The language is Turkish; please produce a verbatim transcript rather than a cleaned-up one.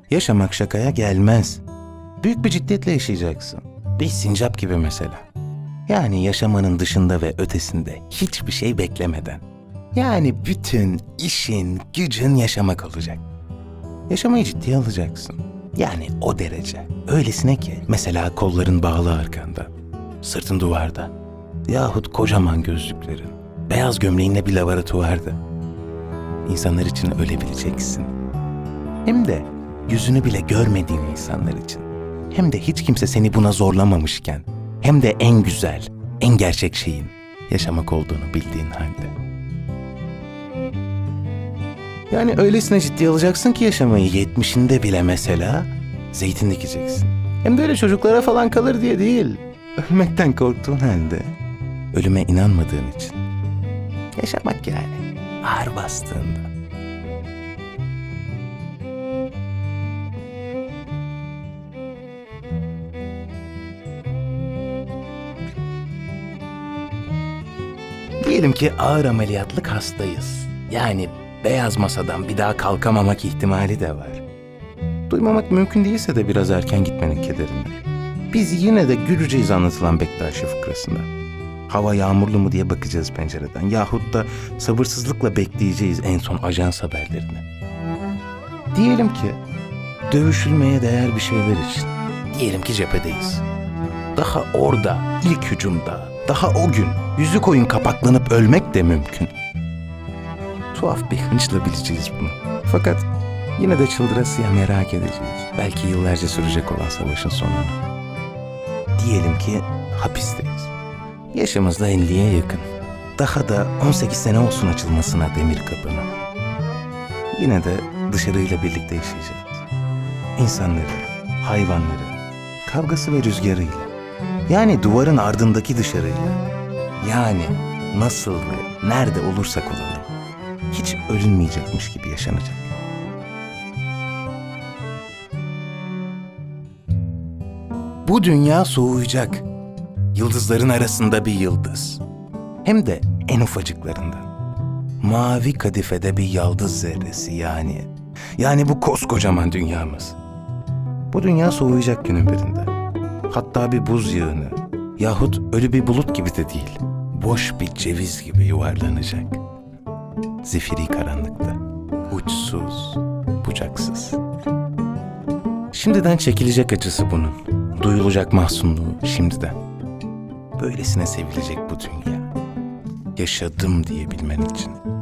Yaşamak şakaya gelmez. Büyük bir ciddiyetle yaşayacaksın. Bir sincap gibi mesela. Yani yaşamanın dışında ve ötesinde hiçbir şey beklemeden. Yani bütün işin, gücün yaşamak olacak. Yaşamayı ciddiye alacaksın. Yani o derece. Öylesine ki mesela kolların bağlı arkanda, sırtın duvarda. Yahut kocaman gözlüklerin, beyaz gömleğinle bir laboratuvarda. İnsanlar için ölebileceksin. Hem de yüzünü bile görmediğin insanlar için. Hem de hiç kimse seni buna zorlamamışken. Hem de en güzel, en gerçek şeyin yaşamak olduğunu bildiğin halde. Yani öylesine ciddiye alacaksın ki yaşamayı yetmişinde bile mesela zeytin dikeceksin. Hem de öyle çocuklara falan kalır diye değil. Ölmekten korktuğun halde. Ölüme inanmadığın için. Yaşamak yani. Ağır bastığında. Diyelim ki ağır ameliyatlık hastayız. Yani beyaz masadan bir daha kalkamamak ihtimali de var. Duymamak mümkün değilse de biraz erken gitmenin kederini. Biz yine de güleceğiz anlatılan Bektaşi fıkrasında. Hava yağmurlu mu diye bakacağız pencereden. Yahut da sabırsızlıkla bekleyeceğiz en son ajans haberlerini. Diyelim ki dövüşülmeye değer bir şeyler için. Diyelim ki cephedeyiz. Daha orada, ilk hücumda, daha o gün yüzük oyun kapaklanıp ölmek de mümkün. Tuhaf bir hınçla bileceğiz bunu. Fakat yine de çıldırasıya merak edeceğiz. Belki yıllarca sürecek olan savaşın sonunu. Diyelim ki hapisteyiz. Yaşımız da elliye yakın. Daha da on sekiz sene olsun açılmasına demir kapının. Yine de dışarıyla birlikte yaşayacağız. İnsanları, hayvanları, kavgası ve rüzgarıyla. Yani duvarın ardındaki dışarıyla. Yani nasıl ve nerede olursak olalım. Hiç ölünmeyecekmiş gibi yaşanacak. Bu dünya soğuyacak. Yıldızların arasında bir yıldız. Hem de en ufacıklarından. Mavi kadifede bir yaldız zerresi yani. Yani bu koskocaman dünyamız. Bu dünya soğuyacak günün birinde. Hatta bir buz yığını yahut ölü bir bulut gibi de değil. Boş bir ceviz gibi yuvarlanacak. Zifiri karanlıkta. Uçsuz, bucaksız. Şimdiden çekilecek acısı bunun. Duyulacak mahzunluğu şimdiden. Böylesine sevilecek bu dünya. Yaşadım diyebilmen için.